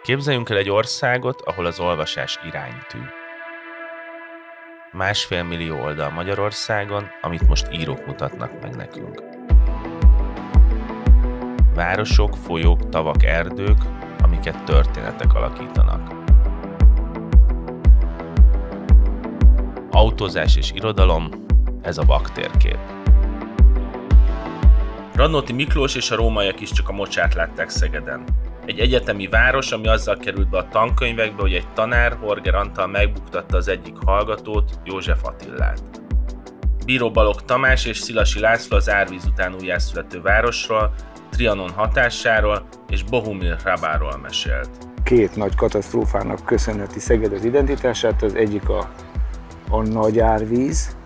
Képzeljünk el egy országot, ahol az olvasás iránytű. 1,5 millió oldal Magyarországon, amit most írók mutatnak meg nekünk. Városok, folyók, tavak, erdők, amiket történetek alakítanak. Autózás és irodalom, ez a vaktérkép. Radnóti Miklós és a rómaiak is csak a mocsát látták Szegeden. Egy egyetemi város, ami azzal került be a tankönyvekbe, hogy egy tanár, Horger Antal megbuktatta az egyik hallgatót, József Attilát. Bíró Balogh Tamás és Szilasi László az árvíz után újjászülető városról, Trianon hatásáról és Bohumil Hrabáról mesélt. Két nagy katasztrófának köszönheti Szeged az identitását, az egyik a nagy árvíz,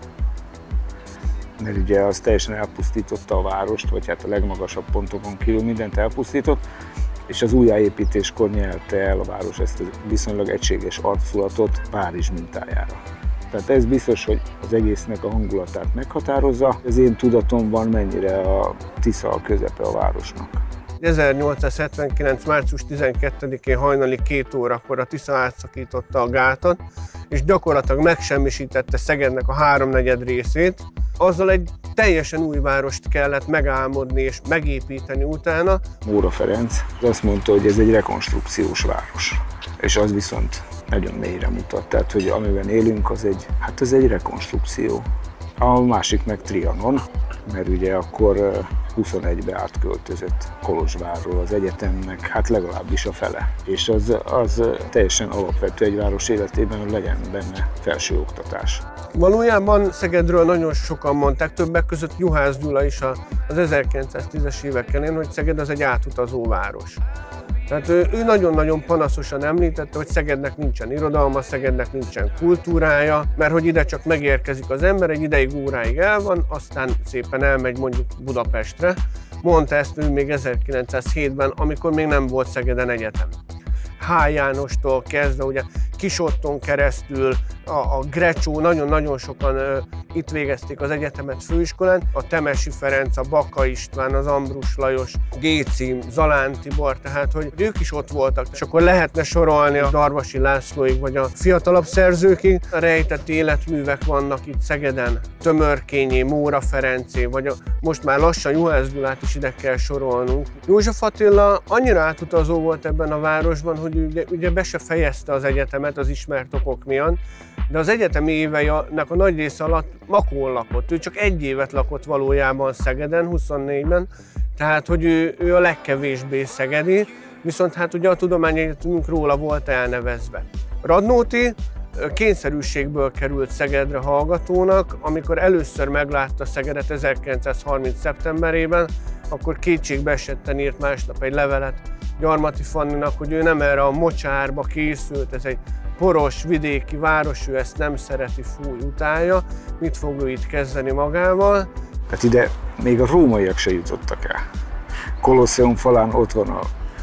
mert ugye az teljesen elpusztította a várost, vagy hát a legmagasabb pontokon kívül mindent elpusztított, és az újjáépítéskor nyelte el a város ezt a viszonylag egységes arculatot Párizs mintájára. Tehát ez biztos, hogy az egésznek a hangulatát meghatározza. Az én tudatomban mennyire a Tisza a közepe a városnak. 1879. március 12-én hajnali 2 órakor a Tisza átszakította a gátat, és gyakorlatilag megsemmisítette Szegednek a 3/4 részét. Azzal egy teljesen új várost kellett megálmodni és megépíteni utána. Móra Ferenc azt mondta, hogy ez egy rekonstrukciós város, és az viszont nagyon mélyre mutat. Tehát, hogy amiben élünk, az egy rekonstrukció. A másik meg Trianon, mert ugye akkor 21-be átköltözött Kolozsvárról az egyetemnek, hát legalábbis a fele. És az teljesen alapvető egy város életében, hogy legyen benne felsőoktatás. Valójában Szegedről nagyon sokan mondták, többek között Juhász Gyula is az 1910-es évek elején, hogy Szeged az egy átutazó város. Tehát ő nagyon-nagyon panaszosan említette, hogy Szegednek nincsen irodalma, Szegednek nincsen kultúrája, mert hogy ide csak megérkezik az ember, egy ideig, óráig el van, aztán szépen elmegy mondjuk Budapestre. Mondta ezt ő még 1907-ben, amikor még nem volt Szegeden egyetem. H. Jánostól kezdve, ugye Kis-Otton keresztül, a Grecsó, nagyon-nagyon sokan itt végezték az egyetemet főiskolán, a Temesi Ferenc, a Baka István, az Ambrus Lajos, Géci, Zalán Tibor, tehát hogy ők is ott voltak. És akkor lehetne sorolni a Darvasi Lászlóig, vagy a fiatalabb szerzőkig. A rejtett életművek vannak itt Szegeden, Tömörkényé, Móra Ferencé, vagy most már lassan Juhász Gyulát is ide kell sorolnunk. József Attila annyira átutazó volt ebben a városban, hogy ugye be se fejezte az egyetemet az ismert okok miatt, de az egyetemi éveinek a nagy része alatt Makón lakott. Ő csak 1 évet lakott valójában Szegeden, 24-ben, tehát hogy ő a legkevésbé szegedi, viszont hát ugye a tudományegyetemünk róla volt elnevezve. Radnóti kényszerűségből került Szegedre hallgatónak, amikor először meglátta Szegedet 1930. szeptemberében, akkor kétségbe esetten írt másnap egy levelet Gyarmati Fanninak, hogy ő nem erre a mocsárba készült, ez egy poros vidéki város, ő ezt nem szereti, fúj, utálja, mit fog ő itt kezdeni magával. Tehát ide még a rómaiak se jutottak el. Kolosseum falán ott van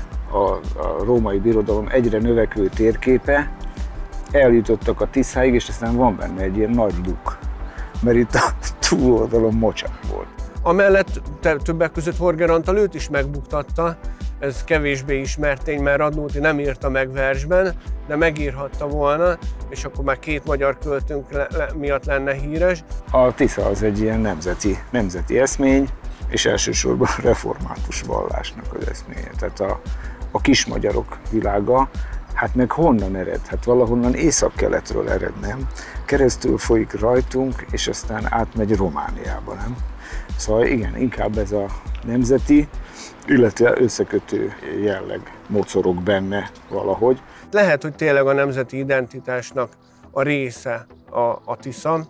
a római birodalom egyre növekvő térképe, eljutottak a Tiszáig, és aztán van benne egy ilyen nagy luk, mert itt a túloldalon mocsár volt. Amellett többek között Horger Antal őt is megbuktatta, ez kevésbé ismert tény, mert Radnóti nem írta meg versben, de megírhatta volna, és akkor már 2 magyar költőnk miatt lenne híres. A Tisza az egy ilyen nemzeti eszmény, és elsősorban református vallásnak az eszménye. Tehát a kismagyarok világa, hát meg honnan ered? Hát valahonnan északkeletről ered, nem? Keresztül folyik rajtunk, és aztán átmegy Romániába, nem? Szóval igen, inkább ez a nemzeti, illetve összekötő jelleg mocorog benne valahogy. Lehet, hogy tényleg a nemzeti identitásnak a része a Tisza,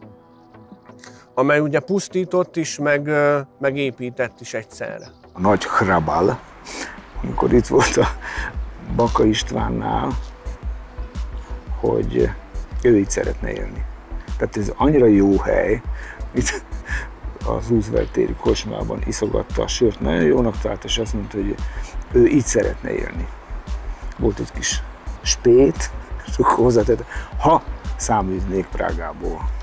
amely ugye pusztított is, meg épített is egyszerre. A nagy Hrabal, amikor itt volt a Baka Istvánnál, hogy ő így szeretne élni. Tehát ez annyira jó hely, itt az Roosevelt téri kocsmában iszogatta a sört, nagyon jónak talált, és azt mondta, hogy ő így szeretne élni. Volt egy kis spét, és akkor hozzátette, ha száműznék Prágából.